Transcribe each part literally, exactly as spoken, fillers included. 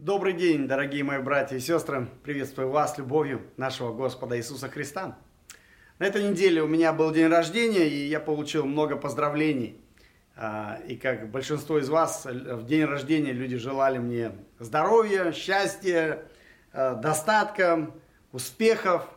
Добрый день, дорогие мои братья и сестры. Приветствую вас любовью нашего Господа Иисуса Христа. На этой неделе у меня был день рождения, и я получил много поздравлений. И как большинство из вас, в день рождения люди желали мне здоровья, счастья, достатка, успехов.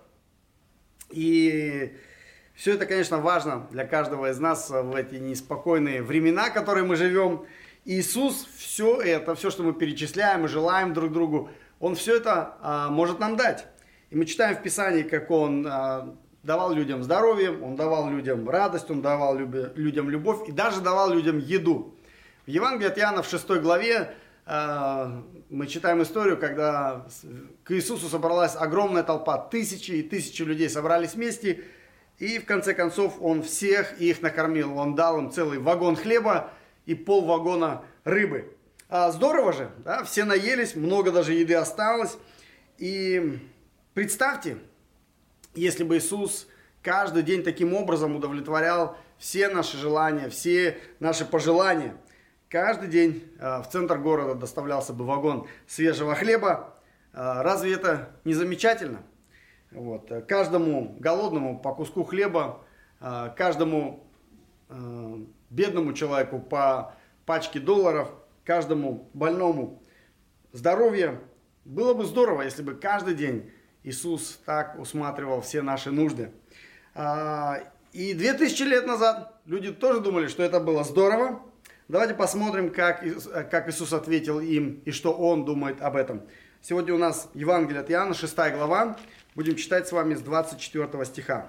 И все это, конечно, важно для каждого из нас в эти неспокойные времена, в которые мы живем. Иисус все это, все, что мы перечисляем и желаем друг другу, Он все это а, может нам дать. И мы читаем в Писании, как Он а, давал людям здоровье, Он давал людям радость, Он давал люби, людям любовь и даже давал людям еду. В Евангелии от Иоанна в шестой главе а, мы читаем историю, когда к Иисусу собралась огромная толпа, тысячи и тысячи людей собрались вместе, и в конце концов Он всех их накормил. Он дал им целый вагон хлеба и полвагона рыбы. А здорово же, да? Все наелись, много даже еды осталось. И представьте, если бы Иисус каждый день таким образом удовлетворял все наши желания, все наши пожелания. Каждый день в центр города доставлялся бы вагон свежего хлеба. Разве это не замечательно? Вот. Каждому голодному по куску хлеба, каждому бедному человеку по пачке долларов, каждому больному здоровье. Было бы здорово, если бы каждый день Иисус так усматривал все наши нужды. И две тысячи лет назад люди тоже думали, что это было здорово. Давайте посмотрим, как, как Иисус ответил им и что Он думает об этом. Сегодня у нас Евангелие от Иоанна, шестая глава. Будем читать с вами с двадцать четвёртого стиха.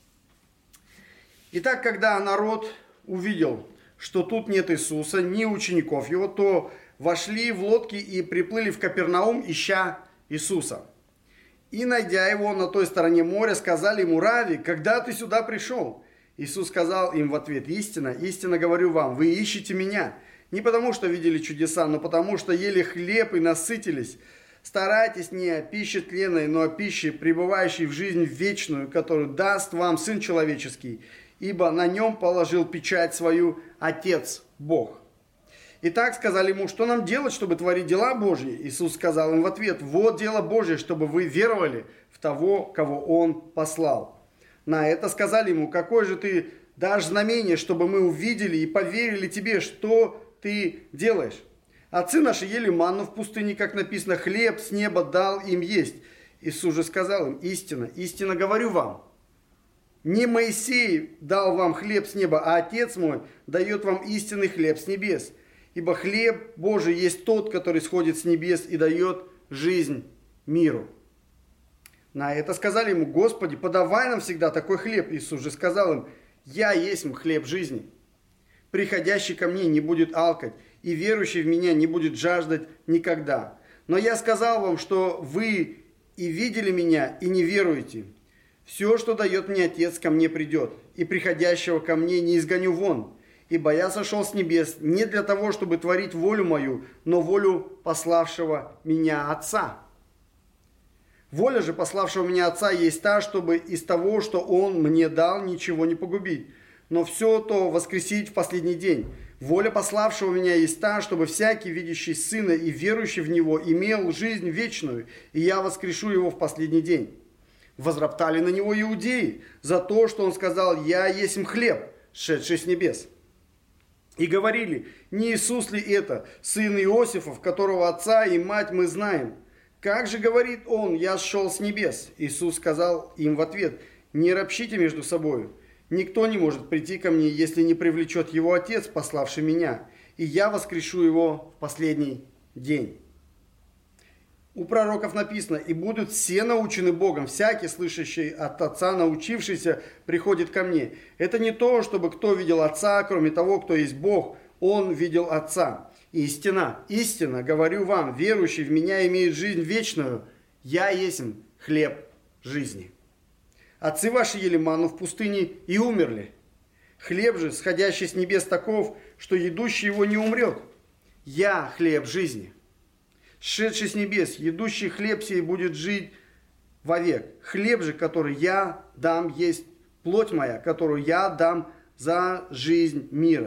Итак, когда народ увидел, что тут нет Иисуса, ни учеников Его, то вошли в лодки и приплыли в Капернаум, ища Иисуса. И, найдя Его на той стороне моря, сказали Ему: «Рави, когда ты сюда пришел?» Иисус сказал им в ответ: «Истинно, истинно говорю вам, вы ищете Меня, не потому что видели чудеса, но потому что ели хлеб и насытились. Старайтесь не о пище тленной, но о пище, пребывающей в жизнь вечную, которую даст вам Сын Человеческий, ибо на нем положил печать свою Отец Бог». Итак, сказали ему: «Что нам делать, чтобы творить дела Божьи?» Иисус сказал им в ответ: «Вот дело Божье, чтобы вы веровали в того, кого Он послал». На это сказали ему: «Какое же ты дашь знамение, чтобы мы увидели и поверили тебе, что ты делаешь? Отцы наши ели манну в пустыне, как написано, хлеб с неба дал им есть». Иисус же сказал им: «Истинно, истинно говорю вам, не Моисей дал вам хлеб с неба, а Отец мой дает вам истинный хлеб с небес. Ибо хлеб Божий есть тот, который сходит с небес и дает жизнь миру». На это сказали ему: «Господи, подавай нам всегда такой хлеб». Иисус же сказал им: «Я есть хлеб жизни. Приходящий ко мне не будет алкать, и верующий в меня не будет жаждать никогда. Но я сказал вам, что вы и видели меня, и не веруете. Все, что дает мне Отец, ко мне придет, и приходящего ко мне не изгоню вон. Ибо я сошел с небес не для того, чтобы творить волю мою, но волю пославшего меня Отца. Воля же пославшего меня Отца есть та, чтобы из того, что Он мне дал, ничего не погубить, но все то воскресить в последний день. Воля пославшего меня есть та, чтобы всякий, видящий Сына и верующий в Него, имел жизнь вечную, и я воскрешу его в последний день». Возроптали на него иудеи за то, что он сказал: «Я есть хлеб, шедший с небес». И говорили: «Не Иисус ли это, сын Иосифов, которого отца и мать мы знаем? Как же, говорит он, я сшел с небес?» Иисус сказал им в ответ: «Не ропщите между собою. Никто не может прийти ко мне, если не привлечет его Отец, пославший меня, и я воскрешу его в последний день». У пророков написано: «И будут все научены Богом, всякий, слышащий от Отца, научившийся, приходит ко мне». Это не то, чтобы кто видел Отца, кроме того, кто есть Бог, он видел Отца. Истина, истинно, говорю вам, верующий в меня имеет жизнь вечную. Я есть хлеб жизни. Отцы ваши ели манну в пустыне и умерли. Хлеб же, сходящий с небес, таков, что едущий его не умрет. Я хлеб жизни. Шедший с небес, едущий хлеб сей будет жить вовек. Хлеб же, который я дам, есть плоть моя, которую я дам за жизнь мира.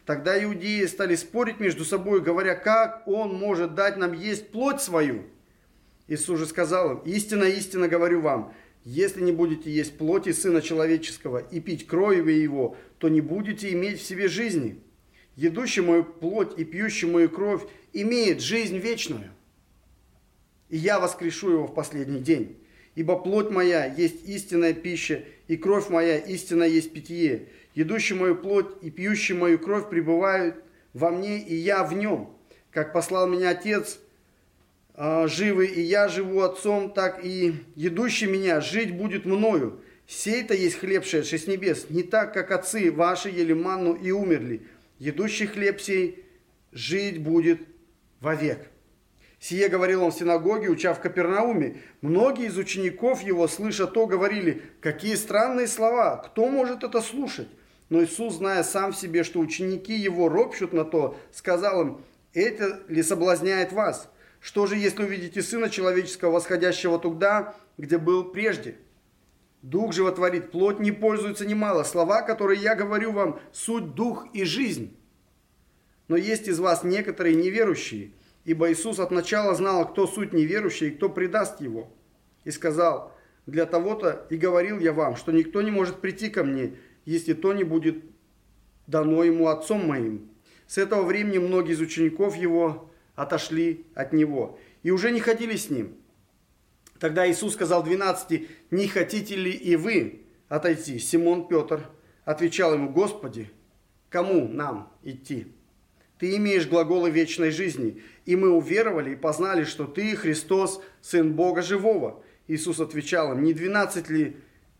Тогда иудеи стали спорить между собой, говоря, как он может дать нам есть плоть свою? Иисус же сказал им, истинно, истинно говорю вам, если не будете есть плоти Сына Человеческого и пить крови Его, то не будете иметь в себе жизни. Едущий мою плоть и пьющий мою кровь имеет жизнь вечную. И я воскрешу его в последний день. Ибо плоть моя есть истинная пища, и кровь моя истинно есть питье. Едущий мою плоть и пьющий мою кровь пребывают во мне, и я в нем. Как послал меня Отец э, живый, и я живу Отцом, так и едущий меня жить будет мною. Сей-то есть хлеб, шедший с небес, не так, как отцы ваши ели манну и умерли. Едущий хлеб сей жить будет вовек. Сие говорил он в синагоге, уча в Капернауме. Многие из учеников его, слыша то, говорили, какие странные слова, кто может это слушать? Но Иисус, зная сам в себе, что ученики его ропщут на то, сказал им, это ли соблазняет вас? Что же, если увидите Сына Человеческого, восходящего туда, где был прежде? Дух животворит, плоть не пользуется немало. Слова, которые я говорю вам, суть дух и жизнь. Но есть из вас некоторые неверующие, ибо Иисус от начала знал, кто суть неверующий и кто предаст его. И сказал, для того-то и говорил я вам, что никто не может прийти ко мне, если то не будет дано ему Отцом моим. С этого времени многие из учеников его отошли от него и уже не ходили с ним. Тогда Иисус сказал двенадцати, не хотите ли и вы отойти? Симон Петр отвечал ему, Господи, кому нам идти? Ты имеешь глаголы вечной жизни, и мы уверовали и познали, что Ты, Христос, Сын Бога Живого. Иисус отвечал им, не двенадцать ли,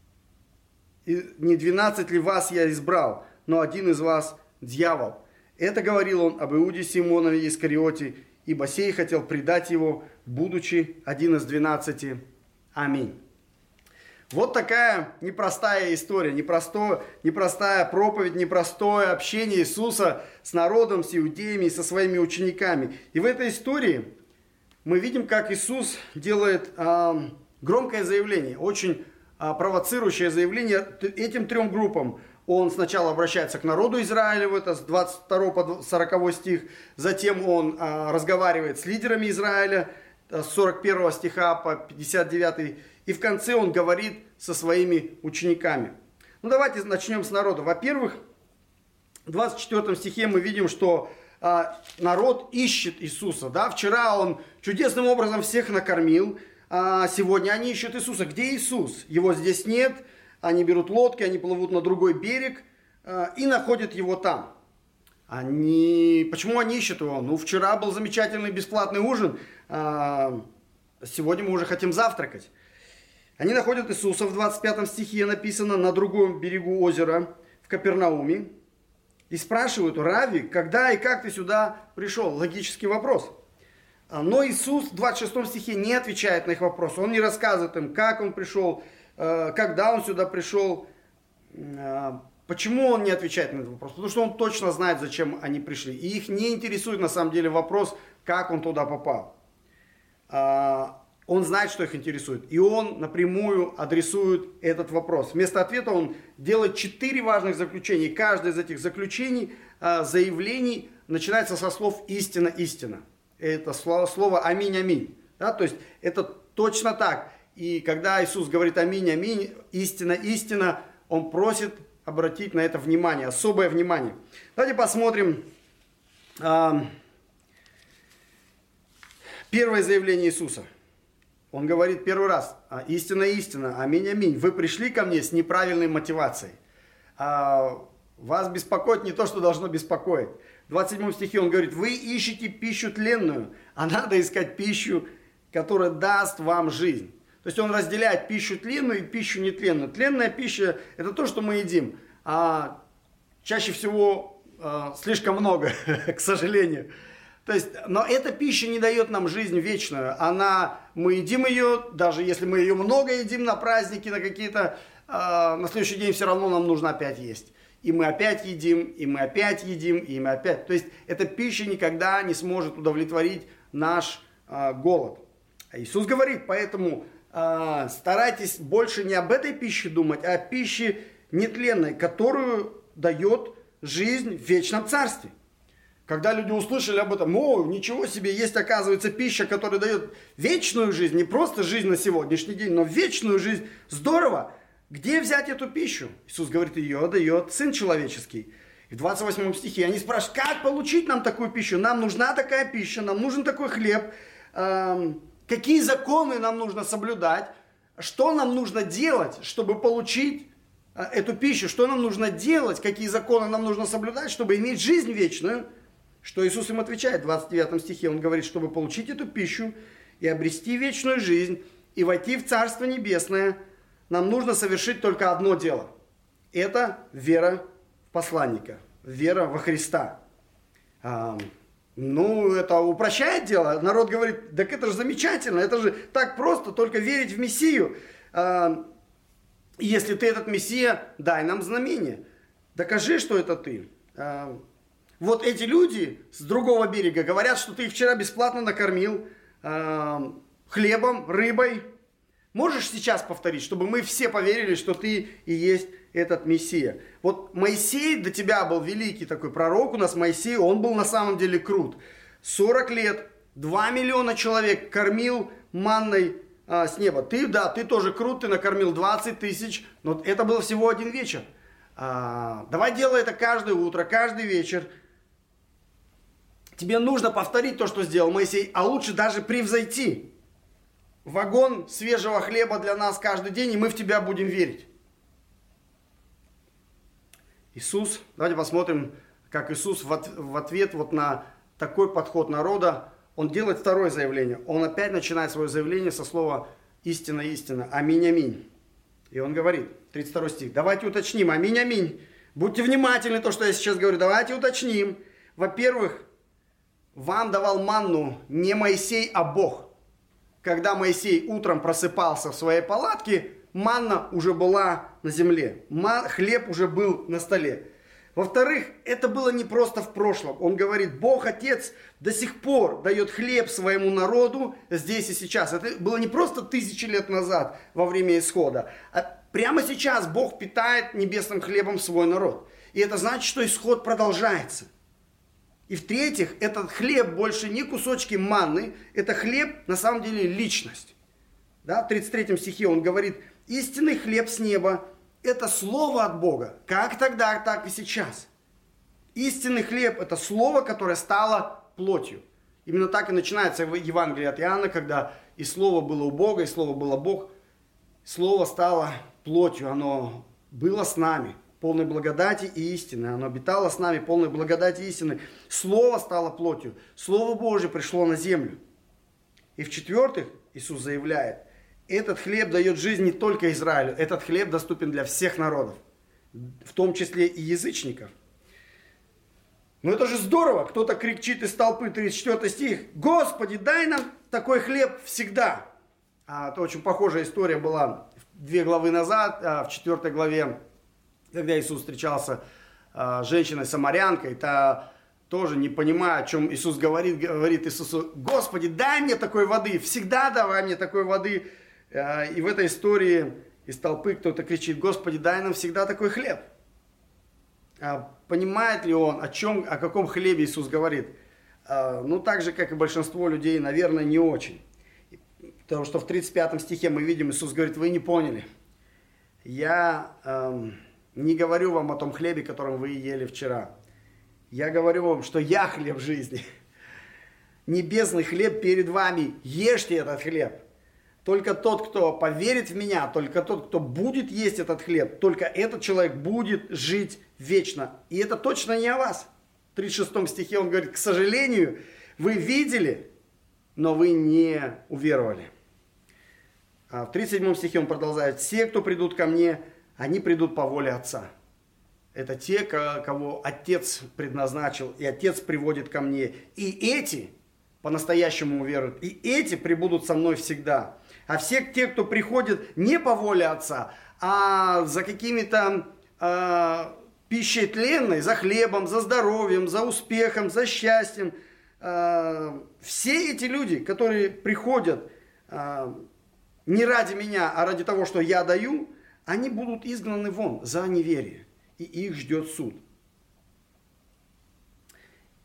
не двенадцать ли вас я избрал, но один из вас дьявол. Это говорил он об Иуде Симонове Искариоте, ибо сей хотел предать его, будучи один из двенадцати. Аминь. Вот такая непростая история, непросто, непростая проповедь, непростое общение Иисуса с народом, с иудеями, со своими учениками. И в этой истории мы видим, как Иисус делает э, громкое заявление, очень э, провоцирующее заявление этим трем группам. Он сначала обращается к народу Израилеву, это с двадцать второго по сороковой стих, затем он э, разговаривает с лидерами Израиля, с сорок первого стиха по пятьдесят девятый, и в конце он говорит со своими учениками. Ну давайте начнем с народа. Во-первых, в двадцать четвёртом стихе мы видим, что э, народ ищет Иисуса. Да? Вчера он чудесным образом всех накормил, а сегодня они ищут Иисуса. Где Иисус? Его здесь нет. Они берут лодки, они плывут на другой берег э, и находят его там. Они... Почему они ищут его? Ну, вчера был замечательный бесплатный ужин, э, сегодня мы уже хотим завтракать. Они находят Иисуса, в двадцать пятом стихе написано, на другом берегу озера, в Капернауме, и спрашивают, Рави, когда и как ты сюда пришел? Логический вопрос. Но Иисус в двадцать шестом стихе не отвечает на их вопрос, он не рассказывает им, как он пришел, когда он сюда пришел. Почему он не отвечает на этот вопрос? Потому что он точно знает, зачем они пришли. И их не интересует на самом деле вопрос, как он туда попал. Он знает, что их интересует. И он напрямую адресует этот вопрос. Вместо ответа он делает четыре важных заключения. Каждое из этих заключений, заявлений начинается со слов «истина, истина». Это слово, слово «аминь, аминь». Да? То есть это точно так. И когда Иисус говорит «аминь, аминь», «истина, истина», он просит обратить на это внимание, особое внимание. Давайте посмотрим э, первое заявление Иисуса. Он говорит первый раз, истина, истина, аминь, аминь. Вы пришли ко мне с неправильной мотивацией. А, вас беспокоит не то, что должно беспокоить. В двадцать седьмом стихе он говорит, вы ищете пищу тленную, а надо искать пищу, которая даст вам жизнь. То есть он разделяет пищу тленную и пищу нетленную. Тленная пища – это то, что мы едим. А чаще всего а, слишком много, к сожалению. То есть, но эта пища не дает нам жизнь вечную. Она, мы едим ее, даже если мы ее много едим на праздники, на какие-то, э, на следующий день все равно нам нужно опять есть. И мы опять едим, и мы опять едим, и мы опять. То есть, эта пища никогда не сможет удовлетворить наш э, голод. А Иисус говорит, поэтому э, старайтесь больше не об этой пище думать, а о пище нетленной, которую дает жизнь в вечном царстве. Когда люди услышали об этом, о, ничего себе, есть, оказывается, пища, которая дает вечную жизнь, не просто жизнь на сегодняшний день, но вечную жизнь. Здорово! Где взять эту пищу? Иисус говорит, ее дает Сын Человеческий. И в двадцать восьмом стихе они спрашивают, как получить нам такую пищу? Нам нужна такая пища, нам нужен такой хлеб. Эм, какие законы нам нужно соблюдать? Что нам нужно делать, чтобы получить э, эту пищу? Что нам нужно делать? Какие законы нам нужно соблюдать, чтобы иметь жизнь вечную? Что Иисус им отвечает в двадцать девятом стихе. Он говорит, чтобы получить эту пищу и обрести вечную жизнь, и войти в Царство Небесное, нам нужно совершить только одно дело. Это вера в посланника, вера во Христа. А, ну, это упрощает дело. Народ говорит, так это же замечательно, это же так просто, только верить в Мессию. А, если ты этот Мессия, дай нам знамение. Докажи, что это ты. А, вот эти люди с другого берега говорят, что ты их вчера бесплатно накормил а, хлебом, рыбой. Можешь сейчас повторить, чтобы мы все поверили, что ты и есть этот Мессия? Вот Моисей до тебя был великий такой пророк, у нас Моисей, он был на самом деле крут. сорок лет, два миллиона человек кормил манной а, с неба. Ты, да, ты тоже крут, ты накормил двадцать тысяч, но это было всего один вечер. А, давай делай это каждое утро, каждый вечер. Тебе нужно повторить то, что сделал Моисей, а лучше даже превзойти. Вагон свежего хлеба для нас каждый день, и мы в тебя будем верить. Иисус, давайте посмотрим, как Иисус в ответ вот на такой подход народа, он делает второе заявление. Он опять начинает свое заявление со слова «истина, истина, аминь, аминь». И он говорит, тридцать второй стих, давайте уточним, аминь, аминь. Будьте внимательны, то, что я сейчас говорю, давайте уточним. Во-первых, вам давал манну не Моисей, а Бог. Когда Моисей утром просыпался в своей палатке, манна уже была на земле, хлеб уже был на столе. Во-вторых, это было не просто в прошлом. Он говорит, Бог Отец до сих пор дает хлеб своему народу здесь и сейчас. Это было не просто тысячи лет назад во время исхода, а прямо сейчас Бог питает небесным хлебом свой народ. И это значит, что исход продолжается. И в-третьих, этот хлеб больше не кусочки манны, это хлеб на самом деле личность. Да, в тридцать третьем стихе он говорит, истинный хлеб с неба – это слово от Бога, как тогда, так и сейчас. Истинный хлеб – это слово, которое стало плотью. Именно так и начинается Евангелие от Иоанна, когда и слово было у Бога, и слово было Бог. Слово стало плотью, оно было с нами. Полной благодати и истины. Оно обитало с нами, полной благодати и истины. Слово стало плотью. Слово Божье пришло на землю. И в-четвертых, Иисус заявляет, этот хлеб дает жизнь не только Израилю, этот хлеб доступен для всех народов, в том числе и язычников. Но это же здорово, кто-то кричит из толпы, тридцать четвёртый стих, Господи, дай нам такой хлеб всегда. А, это очень похожая история была две главы назад, а, в четвёртой главе, когда Иисус встречался с женщиной-самарянкой, та тоже не понимая, о чем Иисус говорит, говорит Иисусу, Господи, дай мне такой воды, всегда давай мне такой воды. И в этой истории из толпы кто-то кричит, Господи, дай нам всегда такой хлеб. Понимает ли он, о чем, о каком хлебе Иисус говорит? Ну, так же, как и большинство людей, наверное, не очень. Потому что в тридцать пятом стихе мы видим, Иисус говорит, вы не поняли. Я... Эм, Не говорю вам о том хлебе, которым вы ели вчера. Я говорю вам, что я хлеб жизни. Небесный хлеб перед вами. Ешьте этот хлеб. Только тот, кто поверит в меня, только тот, кто будет есть этот хлеб, только этот человек будет жить вечно. И это точно не о вас. В тридцать шестом стихе он говорит, к сожалению, вы видели, но вы не уверовали. А в тридцать седьмом стихе он продолжает, все, кто придут ко мне, они придут по воле Отца. Это те, кого Отец предназначил, и Отец приводит ко мне. И эти по-настоящему уверуют, и эти прибудут со мной всегда. А все те, кто приходит не по воле Отца, а за какими-то э, пищей тленной, за хлебом, за здоровьем, за успехом, за счастьем, э, все эти люди, которые приходят э, не ради меня, а ради того, что я даю, они будут изгнаны вон за неверие, и их ждет суд.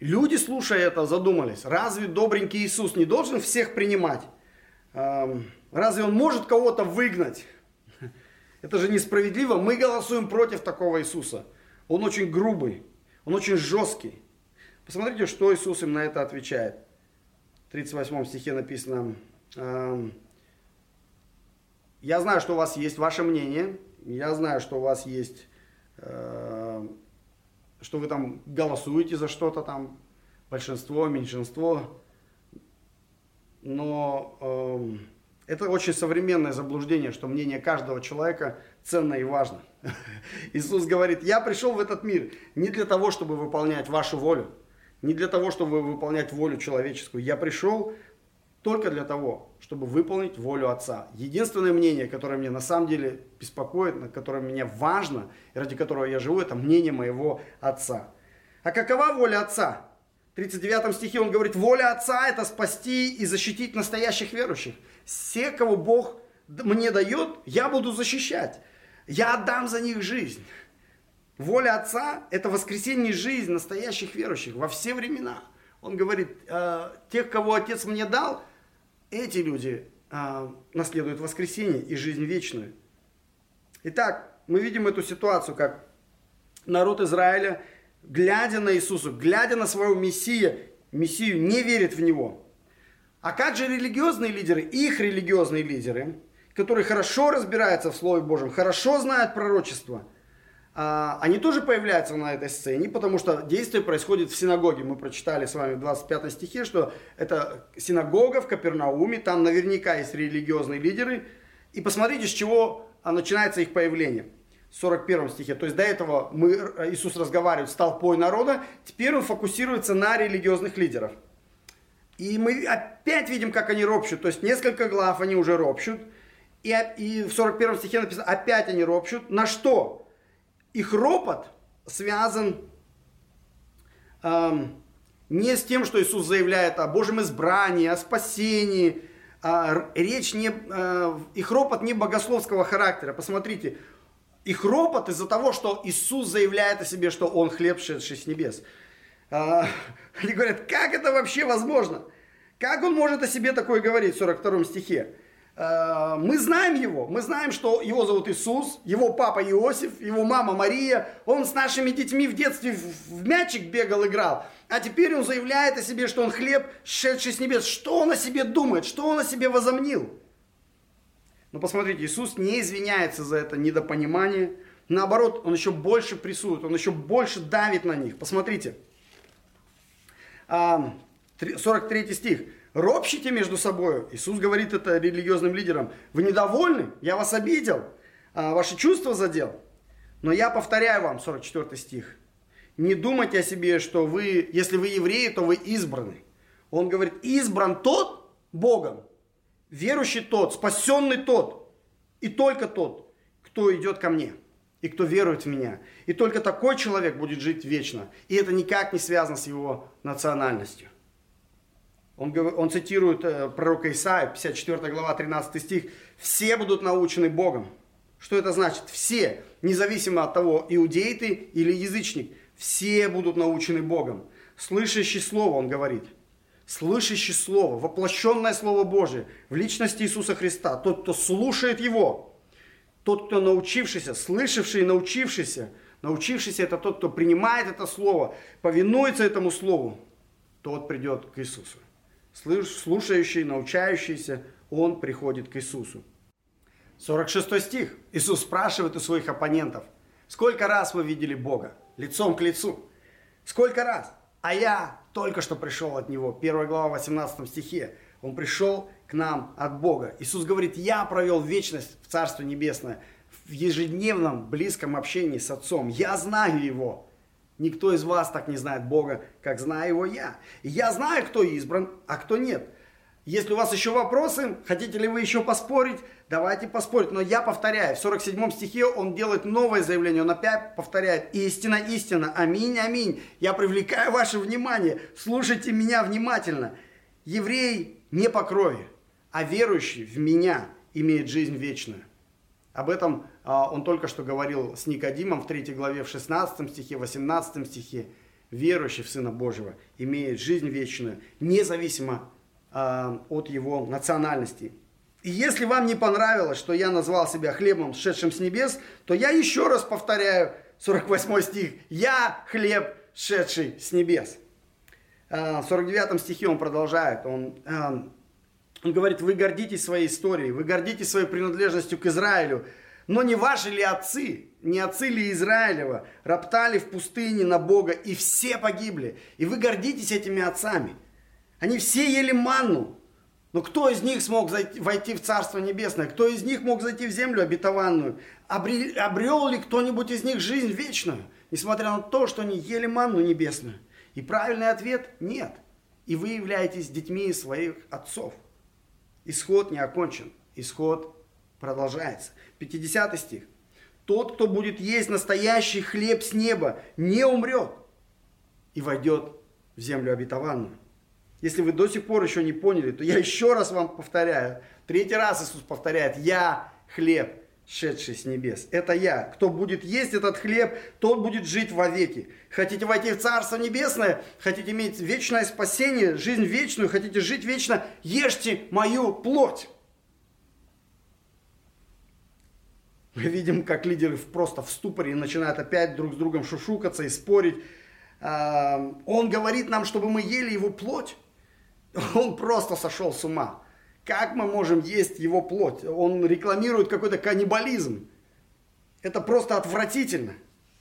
Люди, слушая это, задумались, разве добренький Иисус не должен всех принимать? Разве он может кого-то выгнать? Это же несправедливо. Мы голосуем против такого Иисуса. Он очень грубый, он очень жесткий. Посмотрите, что Иисус им на это отвечает. В тридцать восьмом стихе написано: «Я знаю, что у вас есть ваше мнение, я знаю, что у вас есть, что вы там голосуете за что-то там, большинство, меньшинство, но это очень современное заблуждение, что мнение каждого человека ценно и важно». Иисус говорит: я пришел в этот мир не для того, чтобы выполнять вашу волю, не для того, чтобы выполнять волю человеческую. Я пришел только для того, чтобы выполнить волю Отца. Единственное мнение, которое мне на самом деле беспокоит, которое мне важно, и ради которого я живу, это мнение моего Отца. А какова воля Отца? В тридцать девятом стихе он говорит: воля Отца – это спасти и защитить настоящих верующих. Все, кого Бог мне дает, я буду защищать. Я отдам за них жизнь. Воля Отца – это воскресение жизни настоящих верующих во все времена. Он говорит: э, тех, кого Отец мне дал, эти люди э, наследуют воскресение и жизнь вечную. Итак, мы видим эту ситуацию, как народ Израиля, глядя на Иисуса, глядя на своего Мессия, Мессию, не верит в Него. А как же религиозные лидеры, их религиозные лидеры, которые хорошо разбираются в Слове Божьем, хорошо знают пророчество, они тоже появляются на этой сцене, потому что действие происходит в синагоге. Мы прочитали с вами в двадцать пятом стихе, что это синагога в Капернауме, там наверняка есть религиозные лидеры. И посмотрите, с чего начинается их появление. В сорок первом стихе. То есть до этого мы, Иисус разговаривает с толпой народа, теперь он фокусируется на религиозных лидерах. И мы опять видим, как они ропщут. То есть несколько глав они уже ропщут. И, и в сорок первом стихе написано: опять они ропщут. На что? Их ропот связан эм, не с тем, что Иисус заявляет о Божьем избрании, о спасении. Э, речь не, э, их ропот не богословского характера. Посмотрите, их ропот из-за того, что Иисус заявляет о себе, что Он хлеб, сшедший с небес. Э, они говорят: как это вообще возможно? Как Он может о себе такое говорить в сорок втором стихе? Мы знаем его, мы знаем, что его зовут Иисус, его папа Иосиф, его мама Мария, он с нашими детьми в детстве в мячик бегал, играл, а теперь он заявляет о себе, что он хлеб, сшедший с небес. Что он о себе думает, что он о себе возомнил? Но посмотрите, Иисус не извиняется за это недопонимание, наоборот, он еще больше прессует, он еще больше давит на них. Посмотрите, сорок третий стих. Ропщите между собой. Иисус говорит это религиозным лидерам: вы недовольны? Я вас обидел, ваши чувства задел. Но я повторяю вам, сорок четвёртый стих, не думайте о себе, что вы, если вы евреи, то вы избраны. Он говорит: избран тот Богом, верующий тот, спасенный тот, и только тот, кто идет ко мне, и кто верует в меня. И только такой человек будет жить вечно. И это никак не связано с его национальностью. Он, он цитирует э, пророка Исаию, пятьдесят четвёртая глава, тринадцатый стих. Все будут научены Богом. Что это значит? Все, независимо от того, иудей ты или язычник, все будут научены Богом. Слышащий Слово, он говорит. Слышащий Слово, воплощенное Слово Божие в личности Иисуса Христа. Тот, кто слушает Его. Тот, кто научившийся, слышавший и научившийся. Научившийся – это тот, кто принимает это Слово, повинуется этому Слову. Тот придет к Иисусу. Слушающий, научающийся, он приходит к Иисусу. сорок шестой стих. Иисус спрашивает у своих оппонентов: сколько раз вы видели Бога лицом к лицу? Сколько раз? А я только что пришел от Него. первая глава, восемнадцатом стихе. Он пришел к нам от Бога. Иисус говорит: я провел вечность в Царстве Небесное, в ежедневном близком общении с Отцом. Я знаю Его. Никто из вас так не знает Бога, как знаю Его я. И я знаю, кто избран, а кто нет. Если у вас еще вопросы, хотите ли вы еще поспорить, давайте поспорить. Но я повторяю, в сорок седьмом стихе он делает новое заявление. Он опять повторяет: истина, истина, аминь, аминь. Я привлекаю ваше внимание, слушайте меня внимательно. Еврей не по крови, а верующий в меня имеет жизнь вечную. Об этом а, он только что говорил с Никодимом в третьей главе, в шестнадцатом стихе, в восемнадцатом стихе. верующий в Сына Божьего имеет жизнь вечную, независимо э, от его национальности. И если вам не понравилось, что я назвал себя хлебом, сшедшим с небес, то я еще раз повторяю сорок восьмой стих. «Я хлеб, сшедший с небес». Э, в сорок девятом стихе он продолжает. Он, э, он говорит: «Вы гордитесь своей историей, вы гордитесь своей принадлежностью к Израилю. Но не ваши ли отцы, не отцы ли Израилева, роптали в пустыне на Бога, и все погибли? И вы гордитесь этими отцами. Они все ели манну. Но кто из них смог зайти, войти в Царство Небесное? Кто из них мог зайти в землю обетованную? Обрел, обрел ли кто-нибудь из них жизнь вечную, несмотря на то, что они ели манну небесную?» И правильный ответ – нет. И вы являетесь детьми своих отцов. Исход не окончен. Исход продолжается. пятидесятый стих. «Тот, кто будет есть настоящий хлеб с неба, не умрет и войдет в землю обетованную». Если вы до сих пор еще не поняли, то я еще раз вам повторяю. Третий раз Иисус повторяет: «Я хлеб, шедший с небес». Это я. Кто будет есть этот хлеб, тот будет жить вовеки. Хотите войти в Царство Небесное? Хотите иметь вечное спасение, жизнь вечную? Хотите жить вечно? Ешьте мою плоть. Мы видим, как лидеры просто в ступоре и начинают опять друг с другом шушукаться и спорить. Он говорит нам, чтобы мы ели его плоть. Он просто сошел с ума. Как мы можем есть его плоть? Он рекламирует какой-то каннибализм. Это просто отвратительно.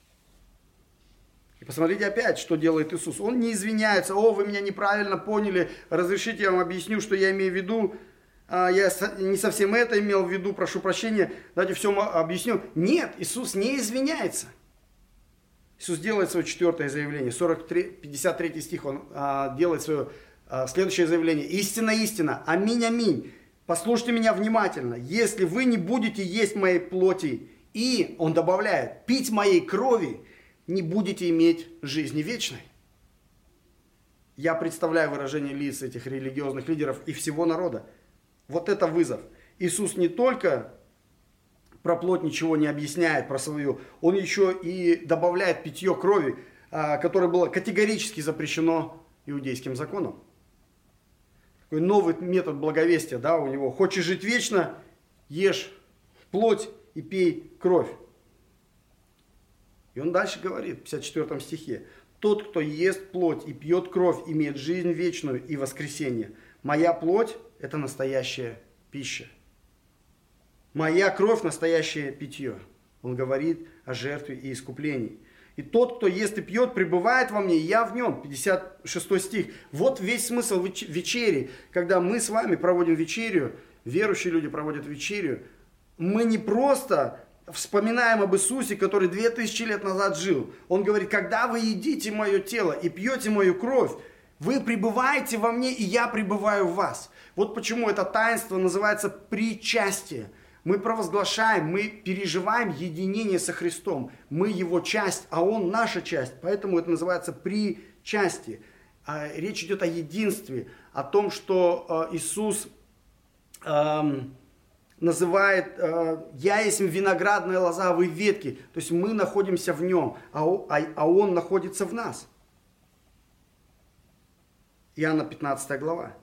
И посмотрите опять, что делает Иисус. Он не извиняется: «О, вы меня неправильно поняли, разрешите я вам объясню, что я имею в виду. Я не совсем это имел в виду, прошу прощения, давайте все объясню». Нет, Иисус не извиняется. Иисус делает свое четвертое заявление, сорок три, пятьдесят третий стих, он а, делает свое а, следующее заявление. «Истина, истина, аминь, аминь, послушайте меня внимательно, если вы не будете есть моей плоти и, он добавляет, пить моей крови, не будете иметь жизни вечной». Я представляю выражение лиц этих религиозных лидеров и всего народа. Вот это вызов. Иисус не только про плоть ничего не объясняет, про свою, он еще и добавляет питье крови, которое было категорически запрещено иудейским законом. Такой новый метод благовестия, да, у него. Хочешь жить вечно, ешь плоть и пей кровь. И он дальше говорит, в пятьдесят четвёртом стихе: «Тот, кто ест плоть и пьет кровь, имеет жизнь вечную и воскресение. Моя плоть – это настоящая пища. Моя кровь – настоящее питье». Он говорит о жертве и искуплении. «И тот, кто ест и пьет, пребывает во мне, и я в нем». пятьдесят шестой стих. Вот весь смысл вечери. Когда мы с вами проводим вечерю, верующие люди проводят вечерю, мы не просто вспоминаем об Иисусе, который две тысячи лет назад жил. Он говорит: когда вы едите мое тело и пьете мою кровь, вы пребываете во мне, и я пребываю в вас. Вот почему это таинство называется причастие. Мы провозглашаем, мы переживаем единение со Христом. Мы Его часть, а Он наша часть. Поэтому это называется причастие. Речь идет о единстве, о том, что Иисус эм, называет э, «Я есть виноградная лоза, а вы ветки». То есть мы находимся в Нем, а Он находится в нас. Иоанна пятнадцатая глава.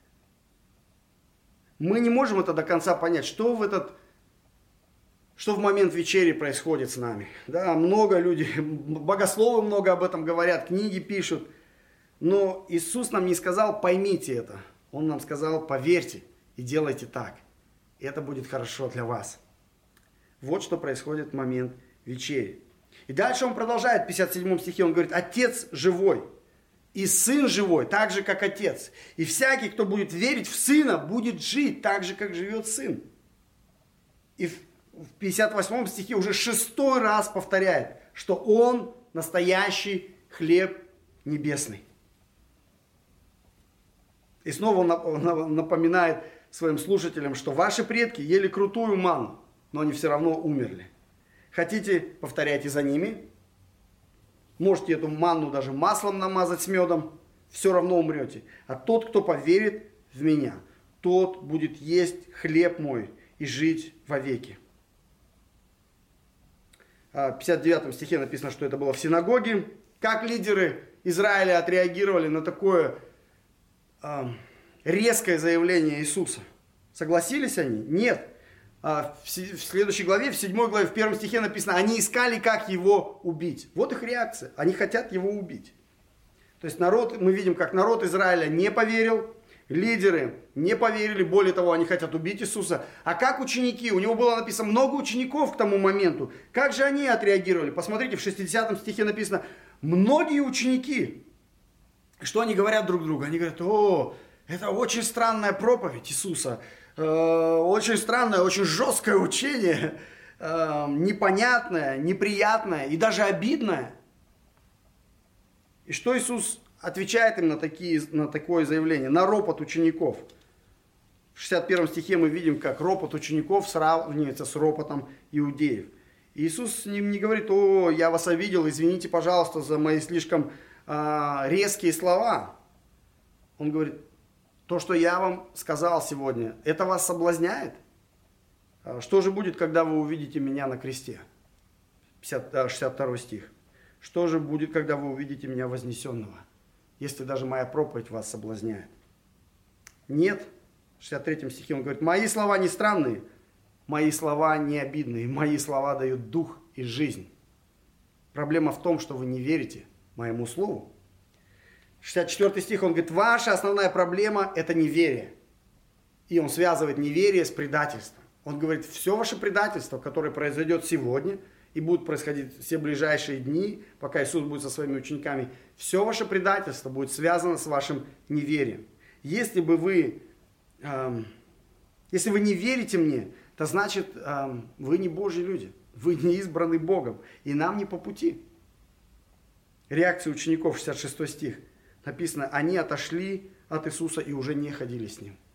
Мы не можем это до конца понять, что в этот, что в момент вечери происходит с нами. Да, много людей, богословы много об этом говорят, книги пишут. Но Иисус нам не сказал: поймите это. Он нам сказал: поверьте и делайте так. И это будет хорошо для вас. Вот что происходит в момент вечери. И дальше он продолжает в пятьдесят седьмом стихе. Он говорит: Отец живой. И Сын живой, так же, как Отец. И всякий, кто будет верить в Сына, будет жить так же, как живет Сын. И в пятьдесят восьмом стихе уже шестой раз повторяет, что Он настоящий хлеб небесный. И снова он напоминает своим слушателям, что ваши предки ели крутую манну, но они все равно умерли. Хотите, повторяйте за ними. Можете эту манну даже маслом намазать с медом, все равно умрете. А тот, кто поверит в меня, тот будет есть хлеб мой и жить вовеки. В пятьдесят девятом стихе написано, что это было в синагоге. Как лидеры Израиля отреагировали на такое э, резкое заявление Иисуса? Согласились они? Нет. В следующей главе, в седьмой главе, в первом стихе написано, они искали, как его убить. Вот их реакция. Они хотят его убить. То есть народ, мы видим, как народ Израиля не поверил, лидеры не поверили, более того, они хотят убить Иисуса. А как ученики? У него было написано много учеников к тому моменту. Как же они отреагировали? Посмотрите, в шестидесятом стихе написано, многие ученики. Что они говорят друг другу? Они говорят, о, это очень странная проповедь Иисуса. Очень странное, очень жесткое учение, непонятное, неприятное и даже обидное. И что Иисус отвечает им на, такие, на такое заявление, на ропот учеников? В шестьдесят первом стихе мы видим, как ропот учеников сравнивается с ропотом иудеев. И Иисус с ним не говорит, о, я вас обидел, извините, пожалуйста, за мои слишком а, резкие слова. Он говорит, то, что я вам сказал сегодня, это вас соблазняет? Что же будет, когда вы увидите меня на кресте? шестьдесят второй стих. Что же будет, когда вы увидите меня вознесенного, если даже моя проповедь вас соблазняет? Нет. В шестьдесят третьем стихе он говорит, мои слова не странные, мои слова не обидные, мои слова дают дух и жизнь. Проблема в том, что вы не верите моему слову. шестьдесят четвёртый стих, он говорит, ваша основная проблема – это неверие. И он связывает неверие с предательством. Он говорит, все ваше предательство, которое произойдет сегодня и будет происходить все ближайшие дни, пока Иисус будет со своими учениками, все ваше предательство будет связано с вашим неверием. Если бы вы, эм, если вы не верите мне, то значит, эм, вы не Божьи люди, вы не избраны Богом, и нам не по пути. Реакция учеников, шестьдесят шестой стих. Написано, они отошли от Иисуса и уже не ходили с Ним.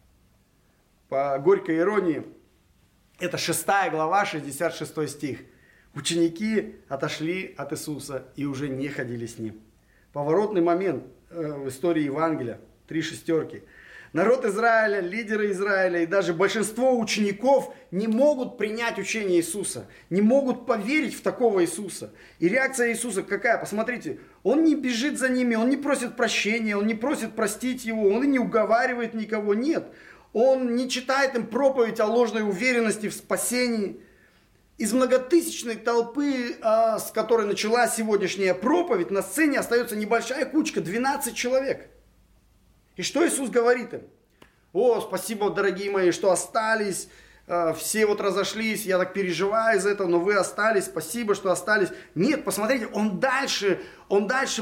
По горькой иронии, это шестая глава, шестьдесят шестой стих. Ученики отошли от Иисуса и уже не ходили с Ним. Поворотный момент в истории Евангелия, три шестерки. Народ Израиля, лидеры Израиля и даже большинство учеников не могут принять учение Иисуса, не могут поверить в такого Иисуса. И реакция Иисуса какая? Посмотрите, Он не бежит за ними, Он не просит прощения, Он не просит простить его, Он и не уговаривает никого, нет. Он не читает им проповедь о ложной уверенности в спасении. Из многотысячной толпы, с которой началась сегодняшняя проповедь, на сцене остается небольшая кучка, двенадцать человек. И что Иисус говорит им? О, спасибо, дорогие мои, что остались, все вот разошлись, я так переживаю из этого, но вы остались, спасибо, что остались. Нет, посмотрите, он дальше, он дальше,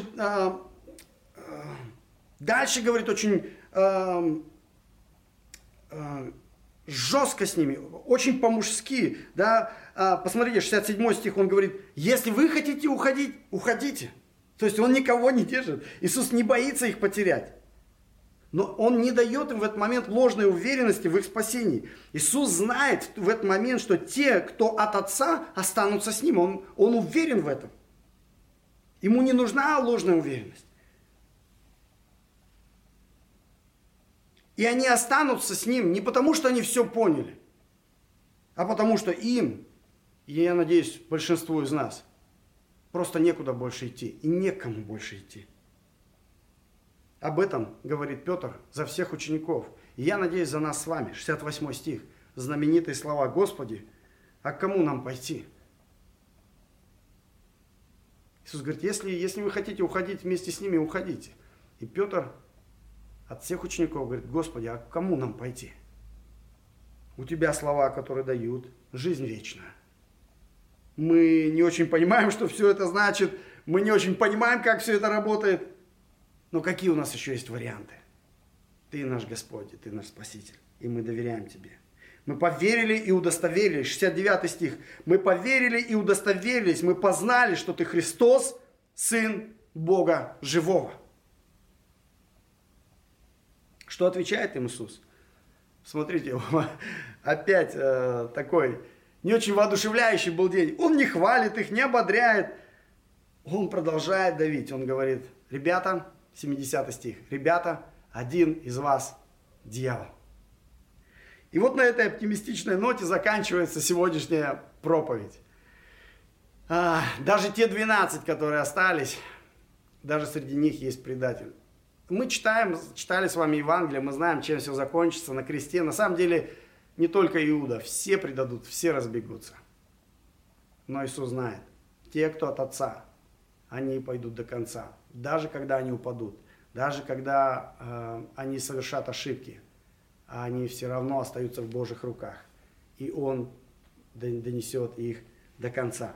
дальше говорит очень жестко с ними, очень по-мужски, да. Посмотрите, шестьдесят седьмой стих, он говорит, если вы хотите уходить, уходите. То есть он никого не держит, Иисус не боится их потерять. Но Он не дает им в этот момент ложной уверенности в их спасении. Иисус знает в этот момент, что те, кто от Отца, останутся с Ним. Он, он уверен в этом. Ему не нужна ложная уверенность. И они останутся с Ним не потому, что они все поняли, а потому что им, и я надеюсь, большинству из нас, просто некуда больше идти и некому больше идти. Об этом говорит Петр за всех учеников. И я надеюсь за нас с вами. шестьдесят восьмой стих. Знаменитые слова: Господи, а к кому нам пойти? Иисус говорит, если, если вы хотите уходить вместе с ними, уходите. И Петр от всех учеников говорит, Господи, а к кому нам пойти? У Тебя слова, которые дают жизнь вечную. Мы не очень понимаем, что все это значит. Мы не очень понимаем, как все это работает. Но какие у нас еще есть варианты? Ты наш Господь, Ты наш Спаситель, и мы доверяем Тебе. Мы поверили и удостоверились. шестьдесят девятый стих. Мы поверили и удостоверились, мы познали, что Ты Христос, Сын Бога Живого. Что отвечает им Иисус? Смотрите, опять э, такой не очень воодушевляющий был день. Он не хвалит их, не ободряет. Он продолжает давить. Он говорит, ребята, семидесятый стих, ребята, один из вас дьявол. И вот на этой оптимистичной ноте заканчивается сегодняшняя проповедь. А, даже те двенадцать, которые остались, даже среди них есть предатель. Мы читаем, читали с вами Евангелие, мы знаем, чем все закончится на кресте. На самом деле, не только Иуда, все предадут, все разбегутся. Но Иисус знает, те, кто от Отца, они пойдут до конца. Даже когда они упадут, даже когда э, они совершат ошибки, они все равно остаются в Божьих руках. И Он донесет их до конца.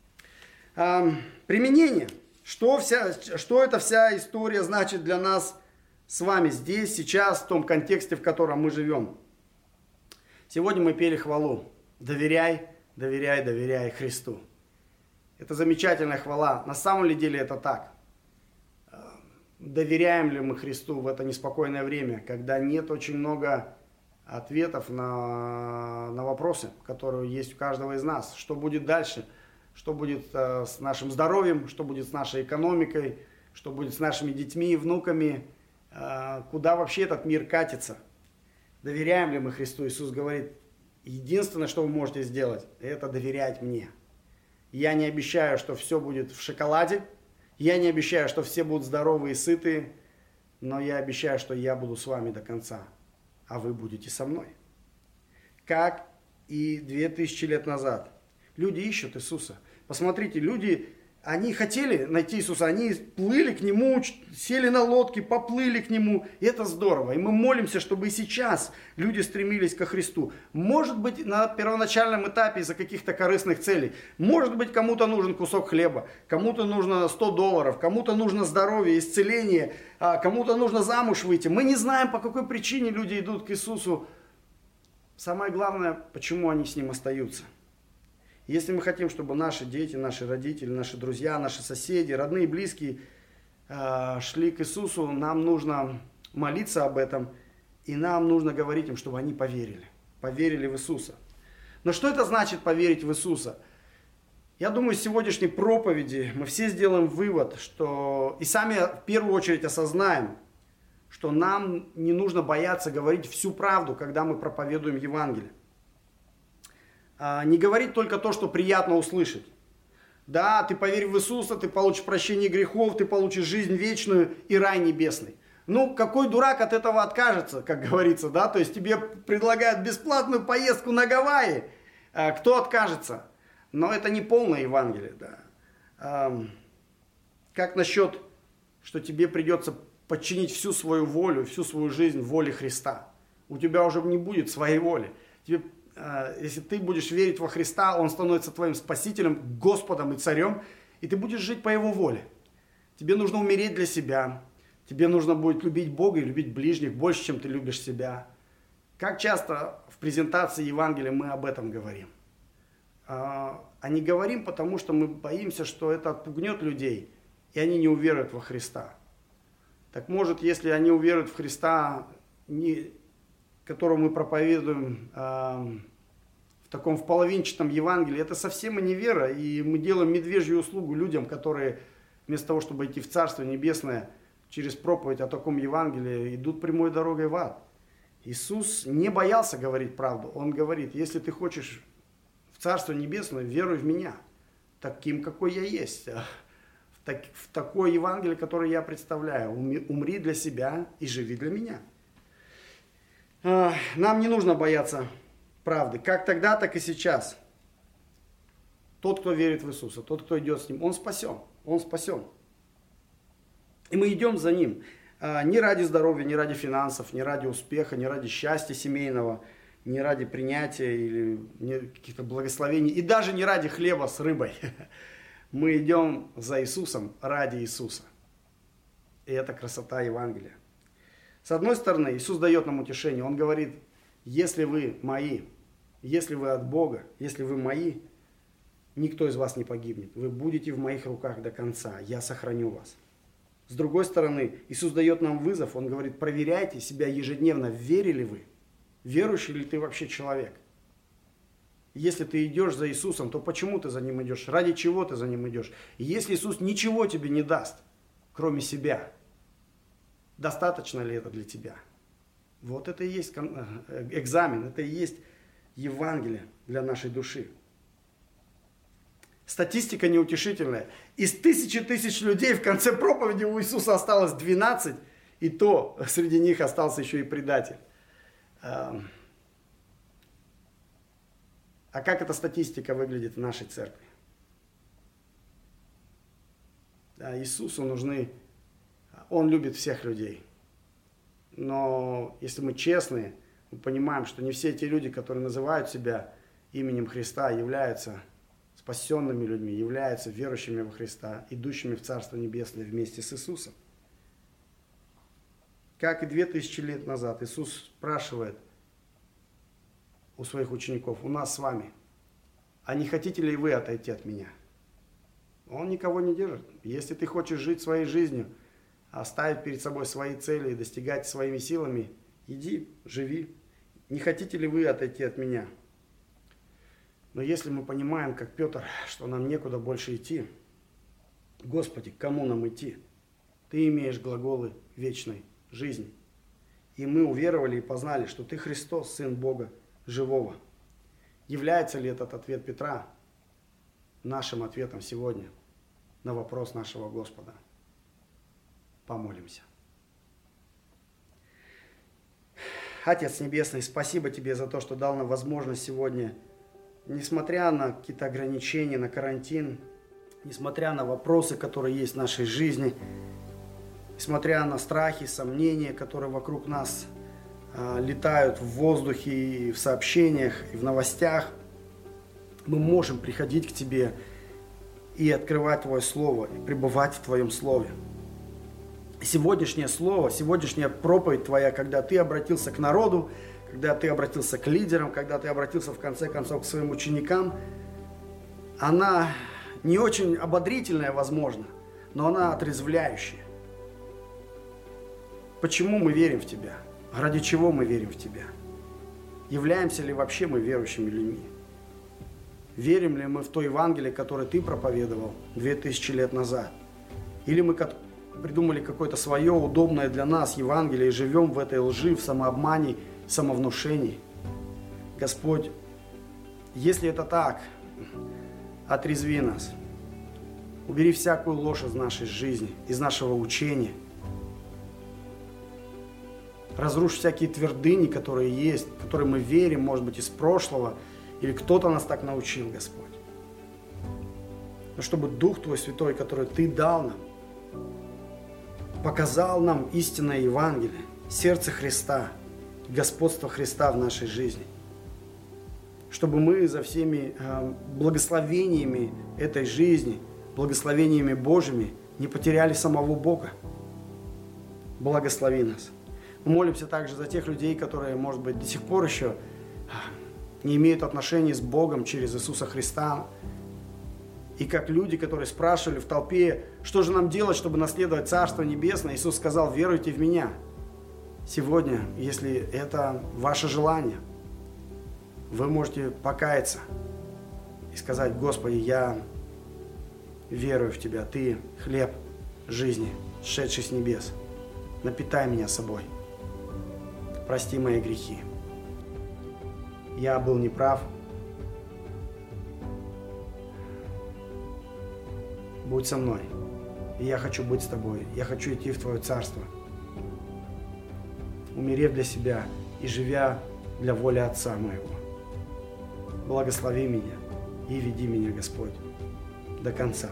Э, применение. Что, вся, что эта вся история значит для нас с вами здесь, сейчас, в том контексте, в котором мы живем? Сегодня мы пели хвалу. Доверяй, доверяй, доверяй Христу. Это замечательная хвала. На самом ли деле это так? Доверяем ли мы Христу в это неспокойное время, когда нет очень много ответов на, на вопросы, которые есть у каждого из нас? Что будет дальше? Что будет э, с нашим здоровьем, что будет с нашей экономикой, что будет с нашими детьми и внуками, э, куда вообще этот мир катится. Доверяем ли мы Христу? Иисус говорит, единственное, что вы можете сделать, это доверять мне. Я не обещаю, что все будет в шоколаде, я не обещаю, что все будут здоровы и сытые, но я обещаю, что я буду с вами до конца, а вы будете со мной. Как и две тысячи лет назад. Люди ищут Иисуса. Посмотрите, люди, они хотели найти Иисуса, они плыли к Нему, сели на лодки, поплыли к Нему. И это здорово. И мы молимся, чтобы и сейчас люди стремились ко Христу. Может быть, на первоначальном этапе из-за каких-то корыстных целей. Может быть, кому-то нужен кусок хлеба, кому-то нужно сто долларов, кому-то нужно здоровье, исцеление, кому-то нужно замуж выйти. Мы не знаем, по какой причине люди идут к Иисусу. Самое главное, почему они с Ним остаются. Если мы хотим, чтобы наши дети, наши родители, наши друзья, наши соседи, родные, близкие э, шли к Иисусу, нам нужно молиться об этом, и нам нужно говорить им, чтобы они поверили. Поверили в Иисуса. Но что это значит поверить в Иисуса? Я думаю, с сегодняшней проповеди мы все сделаем вывод, что и сами в первую очередь осознаем, что нам не нужно бояться говорить всю правду, когда мы проповедуем Евангелие. Не говорить только то, что приятно услышать. Да, ты поверь в Иисуса, ты получишь прощение грехов, ты получишь жизнь вечную и рай небесный. Ну, какой дурак от этого откажется, как говорится, да? То есть тебе предлагают бесплатную поездку на Гавайи. Кто откажется? Но это не полное Евангелие, да. Как насчет, что тебе придется подчинить всю свою волю, всю свою жизнь воле Христа? У тебя уже не будет своей воли. Тебе Если ты будешь верить во Христа, Он становится твоим Спасителем, Господом и Царем, и ты будешь жить по Его воле. Тебе нужно умереть для себя, тебе нужно будет любить Бога и любить ближних больше, чем ты любишь себя. Как часто в презентации Евангелия мы об этом говорим? А не говорим, потому что мы боимся, что это отпугнет людей, и они не уверуют во Христа. Так может, если они уверуют в Христа, не... которую мы проповедуем э, в таком в половинчатом Евангелии, это совсем и не вера, и мы делаем медвежью услугу людям, которые вместо того, чтобы идти в Царство Небесное, через проповедь о таком Евангелии, идут прямой дорогой в ад. Иисус не боялся говорить правду. Он говорит, если ты хочешь в Царство Небесное, веруй в Меня, таким, какой я есть, в, так, в такое Евангелие, которое я представляю. Умри для себя и живи для Меня. Нам не нужно бояться правды. Как тогда, так и сейчас. Тот, кто верит в Иисуса, тот, кто идет с Ним, он спасен. Он спасен. И мы идем за Ним. Не ради здоровья, не ради финансов, не ради успеха, не ради счастья семейного, не ради принятия или каких-то благословений. И даже не ради хлеба с рыбой. Мы идем за Иисусом ради Иисуса. И это красота Евангелия. С одной стороны, Иисус дает нам утешение. Он говорит, если вы мои, если вы от Бога, если вы мои, никто из вас не погибнет. Вы будете в моих руках до конца. Я сохраню вас. С другой стороны, Иисус дает нам вызов. Он говорит, проверяйте себя ежедневно. Верили вы? Верующий ли ты вообще человек? Если ты идешь за Иисусом, то почему ты за Ним идешь? Ради чего ты за Ним идешь? И если Иисус ничего тебе не даст, кроме себя, достаточно ли это для тебя? Вот это и есть экзамен, это и есть Евангелие для нашей души. Статистика неутешительная. Из тысячи тысяч людей в конце проповеди у Иисуса осталось двенадцать, и то среди них остался еще и предатель. А как эта статистика выглядит в нашей церкви? Да, Иисусу нужны, Он любит всех людей. Но если мы честные, мы понимаем, что не все те люди, которые называют себя именем Христа, являются спасенными людьми, являются верующими во Христа, идущими в Царство Небесное вместе с Иисусом. Как и две тысячи лет назад Иисус спрашивает у своих учеников, у нас с вами, а не хотите ли вы отойти от меня? Он никого не держит. Если ты хочешь жить своей жизнью, ставить перед собой свои цели и достигать своими силами, иди, живи. Не хотите ли вы отойти от меня? Но если мы понимаем, как Петр, что нам некуда больше идти, Господи, к кому нам идти? Ты имеешь глаголы вечной жизни. И мы уверовали и познали, что Ты Христос, Сын Бога Живого. Является ли этот ответ Петра нашим ответом сегодня на вопрос нашего Господа? Помолимся. Отец Небесный, спасибо Тебе за то, что дал нам возможность сегодня, несмотря на какие-то ограничения, на карантин, несмотря на вопросы, которые есть в нашей жизни, несмотря на страхи, сомнения, которые вокруг нас а, летают в воздухе и в сообщениях, и в новостях, мы можем приходить к Тебе и открывать Твое Слово, и пребывать в Твоем Слове. Сегодняшнее слово, сегодняшняя проповедь Твоя, когда Ты обратился к народу, когда Ты обратился к лидерам, когда Ты обратился в конце концов к своим ученикам, она не очень ободрительная, возможно, но она отрезвляющая. Почему мы верим в Тебя? Ради чего мы верим в Тебя? Являемся ли вообще мы верующими людьми? Верим ли мы в то Евангелие, которое Ты проповедовал две тысячи лет назад? Или мы придумали какое-то свое удобное для нас Евангелие и живем в этой лжи, в самообмане, самовнушении? Господь, если это так, отрезви нас. Убери всякую ложь из нашей жизни, из нашего учения. Разрушь всякие твердыни, которые есть, в которые мы верим, может быть, из прошлого, или кто-то нас так научил, Господь. Но чтобы Дух Твой Святой, который Ты дал нам, показал нам истинное Евангелие, сердце Христа, господство Христа в нашей жизни. Чтобы мы за всеми э, благословениями этой жизни, благословениями Божьими не потеряли самого Бога. Благослови нас. Мы молимся также за тех людей, которые, может быть, до сих пор еще не имеют отношений с Богом через Иисуса Христа. И как люди, которые спрашивали в толпе, что же нам делать, чтобы наследовать Царство Небесное, Иисус сказал: веруйте в Меня. Сегодня, если это ваше желание, вы можете покаяться и сказать: Господи, я верую в Тебя, Ты хлеб жизни, сшедший с небес. Напитай меня собой. Прости мои грехи. Я был неправ. Будь со мной. И я хочу быть с Тобой. Я хочу идти в Твое Царство. Умерев для себя и живя для воли Отца моего. Благослови меня и веди меня, Господь, до конца.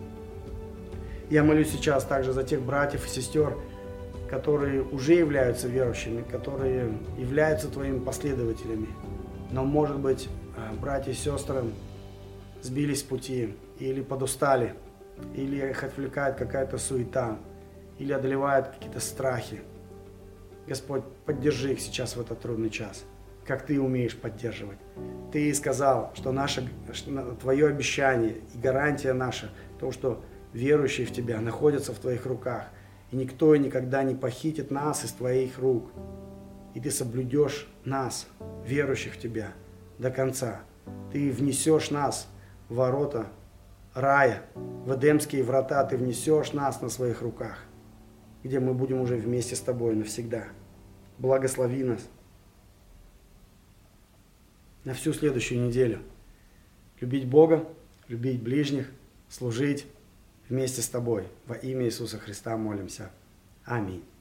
Я молюсь сейчас также за тех братьев и сестер, которые уже являются верующими, которые являются Твоими последователями. Но, может быть, братья и сестры сбились с пути или подустали, или их отвлекает какая-то суета, или одолевают какие-то страхи. Господь, поддержи их сейчас в этот трудный час, как Ты умеешь поддерживать. Ты сказал, что наше, Твое обещание и гарантия наша, то, что верующие в Тебя находятся в Твоих руках, и никто и никогда не похитит нас из Твоих рук. И Ты соблюдешь нас, верующих в Тебя, до конца. Ты внесешь нас в ворота рая, в Эдемские врата. Ты внесешь нас на своих руках, где мы будем уже вместе с Тобой навсегда. Благослови нас на всю следующую неделю. Любить Бога, любить ближних, служить вместе с тобой. Во имя Иисуса Христа молимся. Аминь.